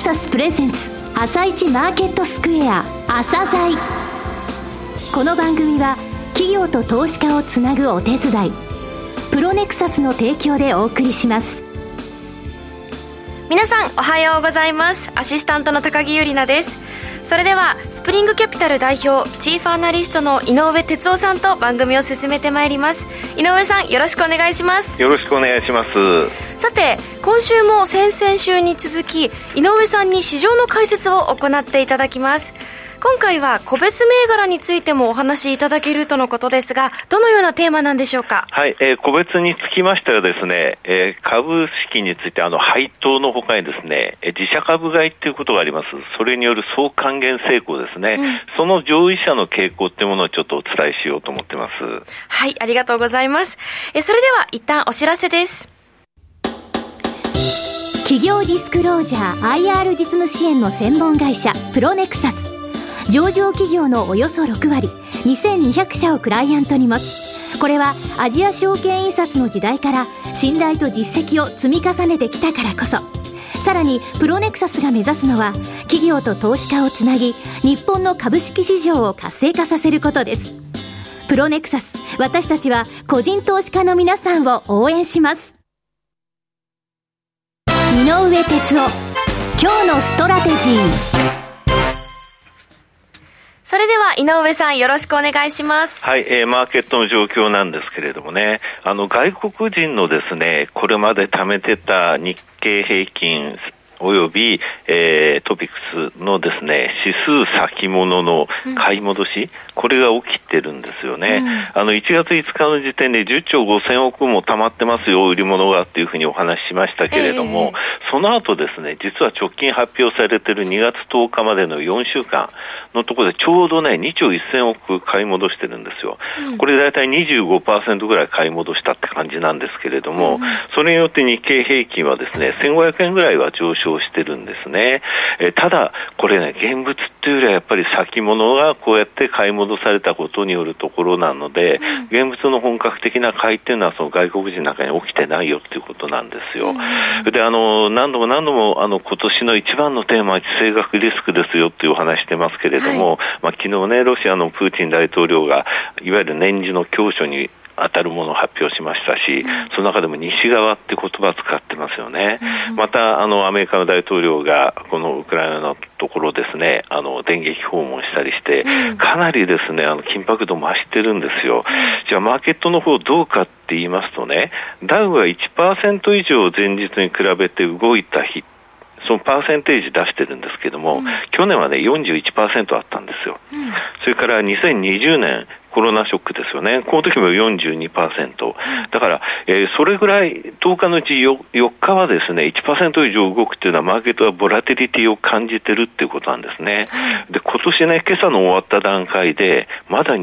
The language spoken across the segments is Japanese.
サスプレゼンツ朝一マーケットスクエア朝鮮。この番組は企業と投資家をつなぐお手伝い、プロネクサスの提供でお送りします。 皆さんおはようございます。アシスタントの高木ゆりなです。それではスプリングキャピタル代表チーフアナリストの井上哲夫さんと番組を進めてまいります。井上さん、よろしくお願いします。 よろしくお願いします。 さて、今週も先々週に続き井上さんに市場の解説を行っていただきます。今回は個別銘柄についてもお話しいただけるとのことですが、どのようなテーマなんでしょうか。 はい、個別につきましてはですね、株式について配当のほかにですね、自社株買いということがあります。それによる総還元成功ですね、その上位者の傾向というものをちょっとお伝えしようと思ってます。 はい、ありがとうございます。それでは一旦お知らせです。 企業ディスクロージャー IR 実務支援の専門会社プロネクサス。上場企業のおよそ6割、2200社をクライアントに持つ。これはアジア証券印刷の時代から信頼と実績を積み重ねてきたからこそ。さらにプロネクサスが目指すのは企業と投資家をつなぎ、日本の株式市場を活性化させることです。プロネクサス、私たちは個人投資家の皆さんを応援します。井上哲夫、今日のストラテジー。 それでは井上さん、よろしくお願いします。 はい、マーケットの状況なんですけれどもね、外国人のですね、これまで貯めてた日経平均および、トピックスのですね、指数先物の買い戻し、これが起きてるんですよね。1月5日の時点で10兆5000億も溜まってますよ、売り物がっていうふうにお話ししましたけれども、その後ですね、実は直近発表されている2月10日までの4週間のところでちょうどね、2兆1000億買い戻してるんですよ。これだいたい 25% ぐらい買い戻したって感じなんですけれども、それによって日経平均はですね、1500円ぐらいは上昇してるんですね。ただこれね、現物っていうよりはやっぱり先物がこうやって買い戻されたことによるところなので、現物の本格的な買いっていうのはその外国人の中に起きてないよっていうことなんですよ。で、何度も今年の一番のテーマは地政学リスクですよっていうお話してますけれども、昨日ね、ロシアのプーチン大統領がいわゆる年次の教書に当たるものを発表しましたし、その中でも西側って言葉を使ってますよね。またアメリカの大統領がこのウクライナのところですね、電撃訪問したりして、かなりですね、緊迫度増してるんですよ。じゃあマーケットの方どうかって言いますとね、ダウは 1% 以上前日に比べて動いた日、そのパーセンテージ出してるんですけども、去年はね 41% あったんですよ。それから2020年コロナショックですよね。この時も 42%。だから、それぐらい10日のうち 4日はですね、1% 以上動くっていうのはマーケットはボラティリティを感じてるっていうことなんですね。で、今年ね、今朝の終わった段階でまだ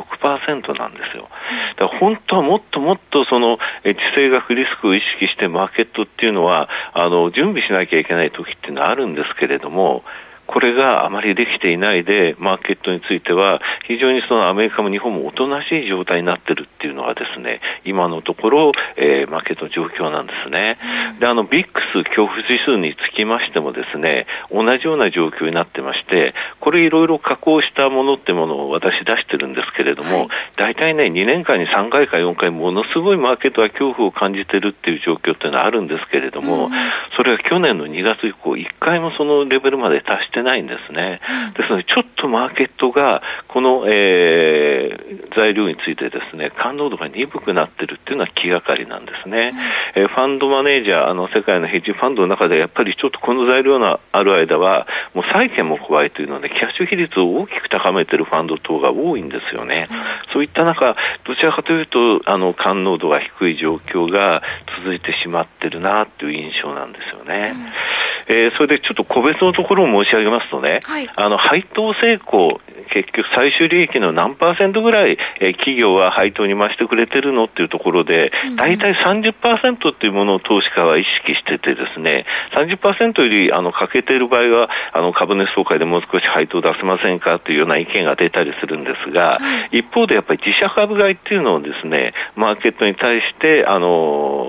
26% なんですよ。だから本当はもっともっとその地政学リスクを意識してマーケットっていうのは準備しなきゃいけない時っていうのはあるんですけれども、これがあまりできていないで、マーケットについては非常にそのアメリカも日本もおとなしい状態になってるっていうのがですね、今のところ、マーケットの状況なんですね。で、ビックス恐怖指数につきましてもですね、同じような状況になってまして、これいろいろ加工したものってものを私出してるんですけれども、大体ね、2年間に3回か4回ものすごいマーケットは恐怖を感じてるっていう状況っていうのはあるんですけれども、それは去年の2月以降1回もそのレベルまで達してないんですね。ですのでちょっとマーケットがこの、材料についてですね、感濃度が鈍くなってるっていうのは気がかりなんですね。ファンドマネージャー、世界のヘッジファンドの中でやっぱりちょっとこの材料がある間はもう債券も怖いというので、キャッシュ比率を大きく高めているファンド等が多いんですよね。そういった中、どちらかというと感濃度が低い状況が続いてしまってるなという印象なんですよね。それでちょっと個別のところを申し上げますとね、配当成功、結局最終利益の何%ぐらい、企業は配当に増してくれてるのっていうところで、大体 30% っていうものを投資家は意識しててですね、30% より欠けている場合は株主総会でもう少し配当出せませんかというような意見が出たりするんですが、一方でやっぱり自社株買いっていうのをですね、マーケットに対して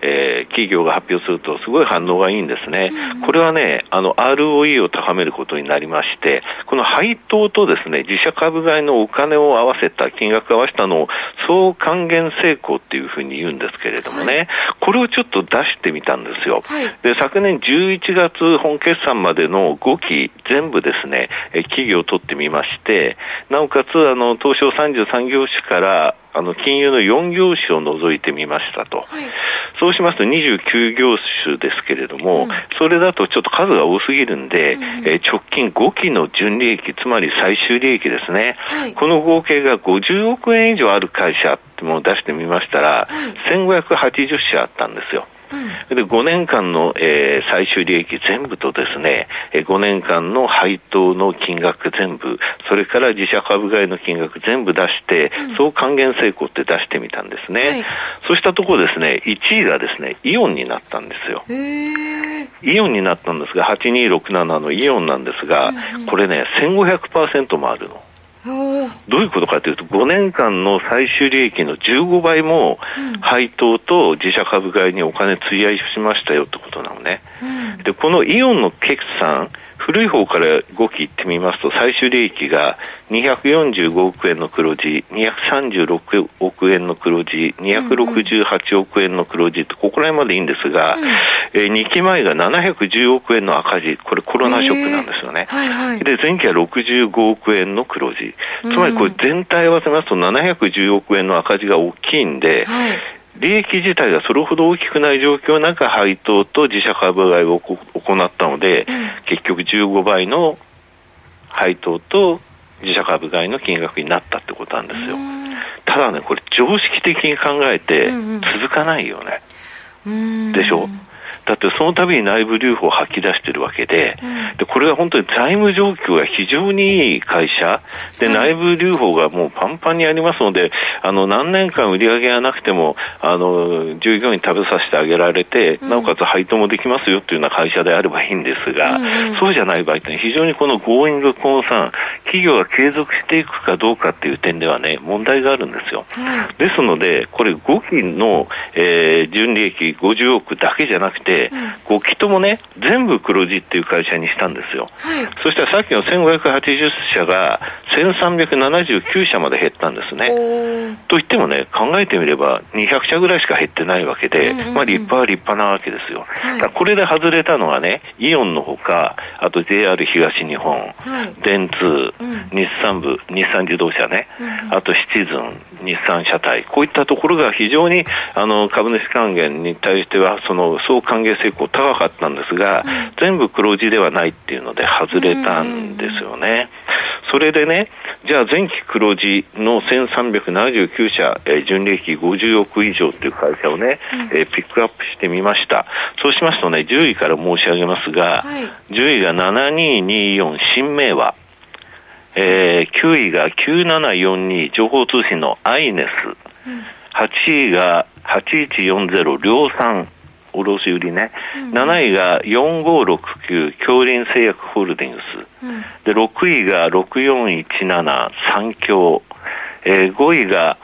企業が発表するとすごい反応がいいんですね。これはね、ROE を高めることになりまして、この配当とですね、自社株買いのお金を合わせた、金額を合わせたのを総還元成功っていうふうに言うんですけれどもね、これをちょっと出してみたんですよ。で、昨年11月本決算までの5期全部ですね、企業を取ってみまして、なおかつ東証33業種から金融の4業種を除いてみましたと、そうしますと29業種ですけれども、それだとちょっと数が多すぎるんで、直近5期の純利益、つまり最終利益ですね、この合計が50億円以上ある会社ってものを出してみましたら、1580社あったんですよ。で5年間の、最終利益全部とですね、5年間の配当の金額全部、それから自社株買いの金額全部出して、総還元成功って出してみたんですね。そうしたところですね、1位がですね、イオンになったんですよ。イオンになったんですが、8267のイオンなんですが、これね、1500% もあるの。どういうことかというと、5年間の最終利益の15倍も配当と自社株買いにお金費やしましたよってことなのね。で、このイオンの決算、古い方から5期いってみますと、最終利益が245億円の黒字、236億円の黒字、268億円の黒字って、ここら辺までいいんですが、2期前が710億円の赤字、これコロナショックなんですよね。で、前期は65億円の黒字。つまりこれ全体合わせますと710億円の赤字が大きいんで、利益自体がそれほど大きくない状況の中、配当と自社株買いを行ったので、結局15倍の配当と自社株買いの金額になったってことなんですよ。ただね、これ常識的に考えて続かないよね。でしょ？だってその度に内部留保を吐き出しているわけで、でこれは本当に財務状況が非常にいい会社で、内部留保がもうパンパンにありますので、何年間売り上げがなくても従業員に食べさせてあげられて、なおかつ配当もできますよというような会社であればいいんですが、そうじゃない場合って非常にこのゴーイングコンサーン、企業が継続していくかどうかっていう点ではね、問題があるんですよ。ですのでこれ5期の、純利益50億だけじゃなくて、5期ともね、全部黒字っていう会社にしたんですよ。そしたらさっきの1580社が1379社まで減ったんですね。といってもね、考えてみれば200社ぐらいしか減ってないわけで、まあ立派は立派なわけですよ。これで外れたのはね、イオンのほか、あと JR 東日本、電通、日産自動車ね、あとシチズン、日産車体、こういったところが非常に株主還元に対してはその総還元成功高かったんですが、全部黒字ではないっていうので外れたんですよね。それでね、じゃあ前期黒字の1379社、純利益50億以上という会社をね、ピックアップしてみました。そうしますとね、10位から申し上げますが、10位が7224新明和、9位が9742情報通信のアイネス、8位が8140量産卸売ね、7位が4569京林製薬ホールディングス、で6位が6417三共、5位が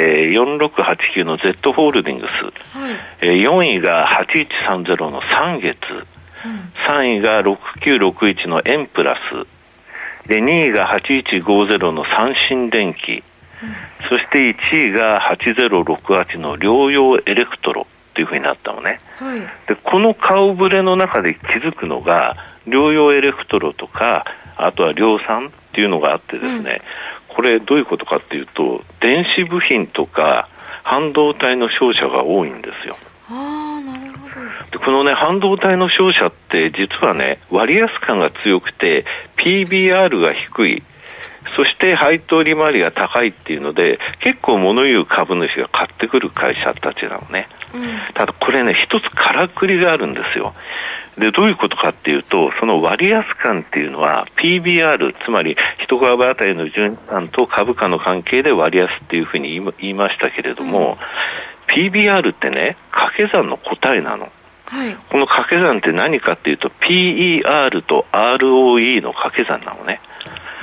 4689の Z ホールディングス、4位が8130の三月、3位が6961のエンプラスで、2位が8150の三新電機、そして1位が8068の療養エレクトロというふうになったのね。でこの顔ぶれの中で気づくのが、療養エレクトロとか、あとは量産っていうのがあってですね、これどういうことかっていうと、電子部品とか半導体の商社が多いんですよ。でこのね、半導体の商社って実はね、割安感が強くて PBR が低い、そして配当利回りが高いっていうので、結構物言う株主が買ってくる会社たちなのね。ただこれね、一つからくりがあるんですよ。でどういうことかっていうと、その割安感っていうのは PBR、つまり一株当たりの循環と株価の関係で割安っていうふうに言いましたけれども、PBR ってね、掛け算の答えなの。この掛け算って何かっていうと PER と ROE の掛け算なのね。で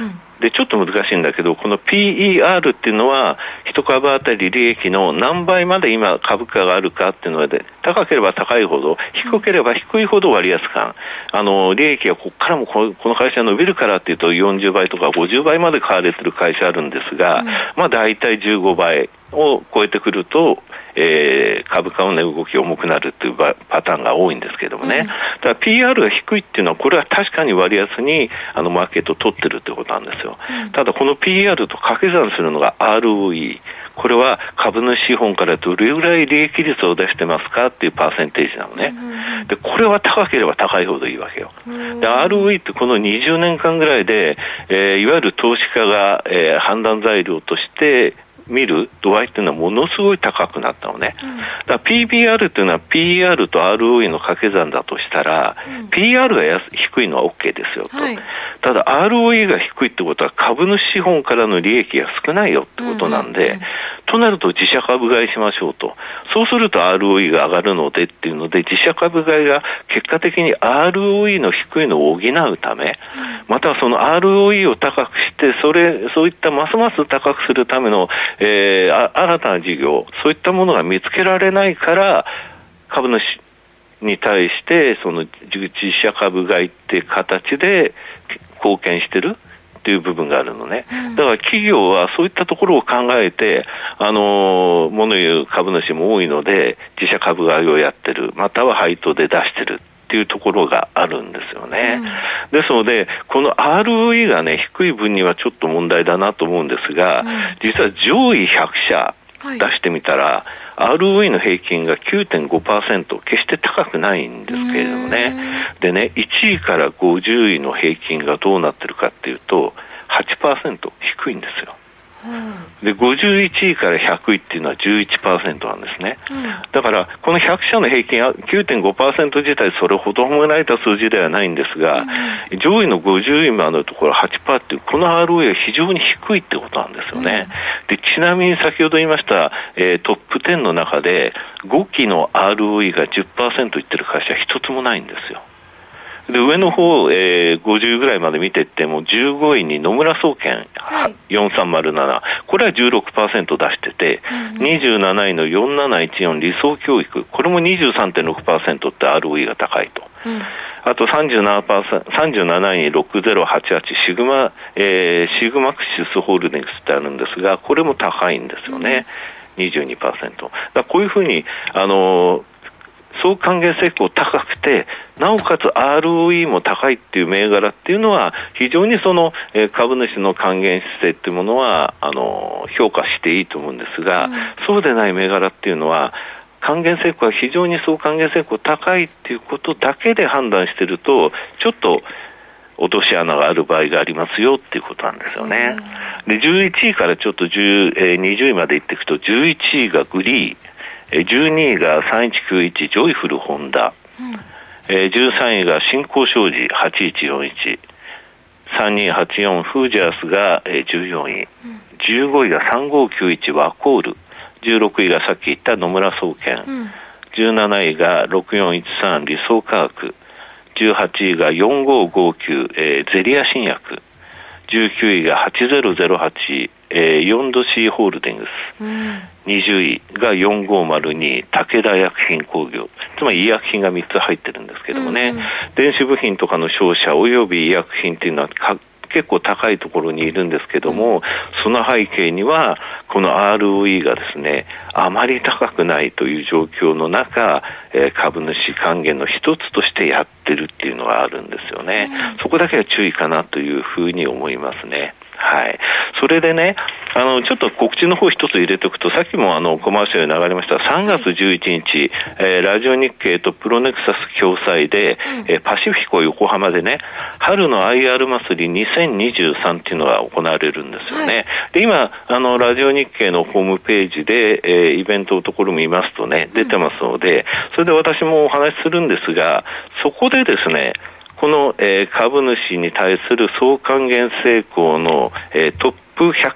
でちょっと難しいんだけど、この PER っていうのは1株当たり利益の何倍まで今株価があるかっていうので、高ければ高いほど、低ければ低いほど割安感、利益がここからもこの会社伸びるからっていうと40倍とか50倍まで買われてる会社あるんですが、まあ大体15倍を超えてくると、株価の値動きが重くなるというパターンが多いんですけどもね、だから PR が低いっていうのは、これは確かに割安にマーケットを取ってるということなんですよ。ただこの PR と掛け算するのが ROE、これは株主資本からどれぐらい利益率を出してますかっていうパーセンテージなのね。でこれは高ければ高いほどいいわけよ。で ROE ってこの20年間ぐらいで、いわゆる投資家が、判断材料として見る度合いっていうのはものすごい高くなったのね。だから PBR っていうのは PER と ROE の掛け算だとしたら、PR が低いのは OK ですよと、ただ ROE が低いってことは株主資本からの利益が少ないよってことなんで、となると自社株買いしましょうと。そうすると ROE が上がるのでっていうので、自社株買いが結果的に ROE の低いのを補うため、またはその ROE を高くしてそういったますます高くするための新たな事業、そういったものが見つけられないから株主に対してその自社株買いって形で貢献してるっていう部分があるのね。だから企業はそういったところを考えて物言う株主も多いので自社株買いをやってる、または配当で出してるっていうところがあるんですよね。ですのでこの ROE がね低い分にはちょっと問題だなと思うんですが、実は上位100社出してみたら、ROE の平均が 9.5%、 決して高くないんですけれどもね。でね、1位から50位の平均がどうなってるかっていうと 8% 低いんですよ。で51位から100位っていうのは 11% なんですね。だからこの100社の平均は 9.5% 自体それほど褒められた数字ではないんですが、上位の50位までのところ 8% っていうこの ROE は非常に低いってことなんですよね。でちなみに先ほど言いました、トップ10の中で5期の ROE が 10% いってる会社は一つもないんですよ。で上の方、50ぐらいまで見ていっても15位に野村総研、4307、これは 16% 出してて、27位の4714理想教育、これも 23.6% って ROE が高いと。あと 37位に6088シグマクシスホールディングスってあるんですが、これも高いんですよね。22%。だこういうふうに総還元成功高くてなおかつ ROE も高いっていう銘柄っていうのは非常にその株主の還元姿勢っていうものは評価していいと思うんですが、そうでない銘柄っていうのは還元成功は非常に総還元成功高いっていうことだけで判断しているとちょっと落とし穴がある場合がありますよっていうことなんですよね。で11位からちょっと20位までいっていくと、11位がグリー、12位が3191ジョイフルホンダ、13位が新興商事8141、3284フージャースが14位、15位が3591ワコール、16位がさっき言った野村総研、17位が6413理想科学、18位が4559、ゼリア新薬、19位が8008、ヨンドシーホールディングス、20位が4502武田薬品工業、つまり医薬品が3つ入ってるんですけどもね、電子部品とかの商社および医薬品っていうのは結構高いところにいるんですけども、その背景にはこの ROE がですねあまり高くないという状況の中、株主還元の一つとしてやってるっていうのがあるんですよね。そこだけは注意かなというふうに思いますね。はい、それでねちょっと告知の方一つ入れておくと、さっきもコマーシャルに流れました3月11日、ラジオ日経とプロネクサス共催で、パシフィコ横浜でね春の IR 祭り2023っていうのが行われるんですよね。で今ラジオ日経のホームページで、イベントのところ見ますとね出てますので、それで私もお話しするんですが、そこでですねこの、株主に対する総還元成功の、トップ100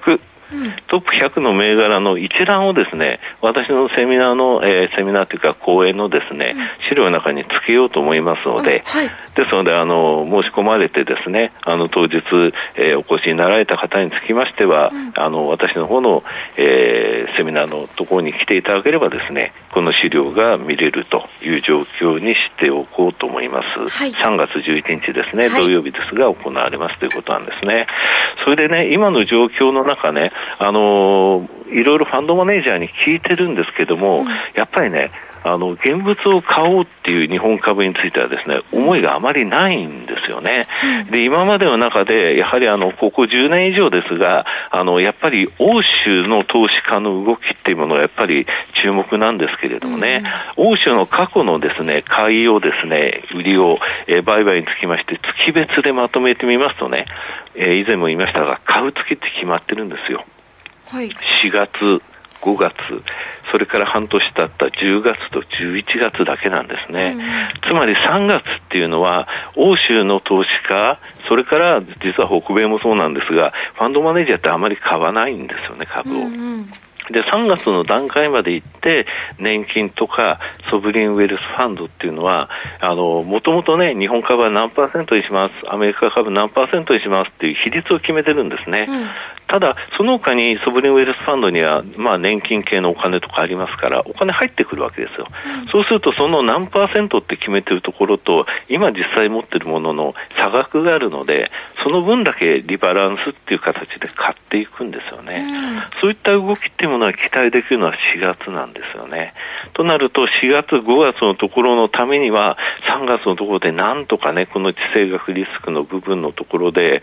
トップ100の銘柄の一覧をですね、私のセミナーというか講演のですね、資料の中につけようと思いますので、ですので申し込まれてですね、当日、お越しになられた方につきましては、私の方の、セミナーのところに来ていただければですね、この資料が見れるという状況にしておこうと思います。3月11日ですね、土曜日ですが行われますということなんですね。それでね、今の状況の中ね、いろいろファンドマネージャーに聞いてるんですけども、やっぱりね、現物を買おうっていう日本株についてはですね、思いがあまりないんですよね。で、今までの中で、やはりここ10年以上ですが、やっぱり欧州の投資家の動きっていうものがやっぱり注目なんですけれどもね、欧州の過去のですね、買いをですね、売りを、売買につきまして月別でまとめてみますとね、以前も言いましたが、買う月って決まってるんですよ。4月、5月、それから半年経った10月と11月だけなんですね。つまり3月っていうのは欧州の投資家、それから実は北米もそうなんですが、ファンドマネージャーってあまり買わないんですよね、株を。で、3月の段階まで行って年金とかソブリンウェルスファンドっていうのはもともとね、日本株は何%にします、アメリカ株何%にしますっていう比率を決めてるんですね。ただその他にソブリンウェルスファンドには年金系のお金とかありますから、お金入ってくるわけですよ。そうするとその何%って決めてるところと今実際持ってるものの差額があるので、その分だけリバランスっていう形で買っていくんですよね。そういった動きっていうものは期待できるのは4月なんですよね。となると4月5月のところのためには3月のところでなんとかね、この地政学リスクの部分のところで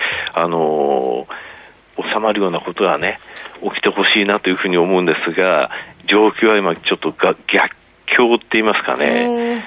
収まるようなことがね、起きてほしいなというふうに思うんですが、状況は今ちょっと逆境って言いますかね、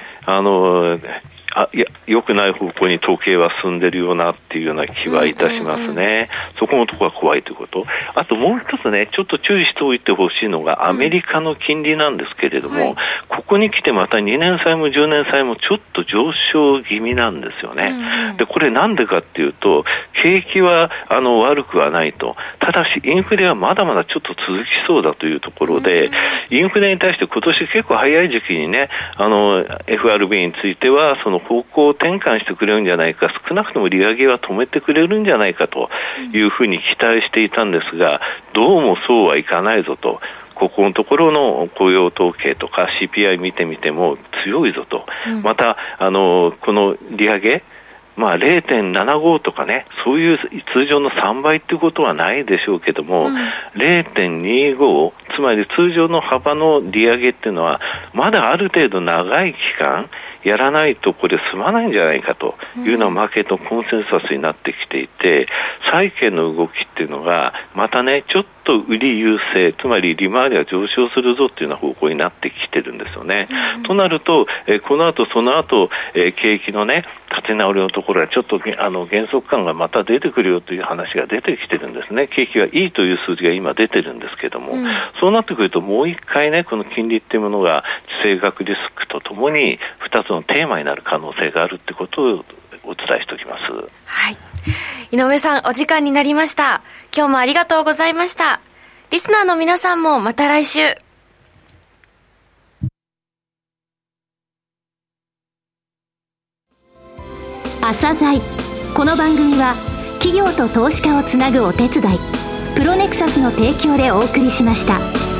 良くない方向に統計は進んでいるようなっていうような気はいたしますね。そこのところが怖いということ。あともう一つね、ちょっと注意しておいてほしいのがアメリカの金利なんですけれども、ここに来てまた2年債も10年債もちょっと上昇気味なんですよね。で、これなんでかっていうと、景気は悪くはないと。ただしインフレはまだまだちょっと続きそうだというところで、インフレに対して今年結構早い時期にね、FRB についてはその方向を転換してくれるんじゃないか、少なくとも利上げは止めてくれるんじゃないかというふうに期待していたんですが、どうもそうはいかないぞと。ここのところの雇用統計とか CPI 見てみても強いぞと。またこの利上げ0.75 とかね、そういう通常の3倍ということはないでしょうけども、0.25、つまり通常の幅の利上げっていうのはまだある程度長い期間やらないとこれ済まないんじゃないかというのはマーケットのコンセンサスになってきていて、債券の動きっていうのがまたね、ちょっと売り優勢、つまり利回りが上昇するぞっていうような方向になってきてるんですよね。となると、この後その後、景気のね、立ち直りのところはちょっと減速感がまた出てくるよという話が出てきてるんですね。景気がいいという数字が今出てるんですけども、そうなってくるともう一回ね、この金利っていうものが地政学リスクとともに2つのテーマになる可能性があるってことをお伝えしておきます。 はい。井上さん、お時間になりました。今日もありがとうございました。リスナーの皆さんもまた来週。 朝鮮。この番組は企業と投資家をつなぐお手伝いプロネクサスの提供でお送りしました。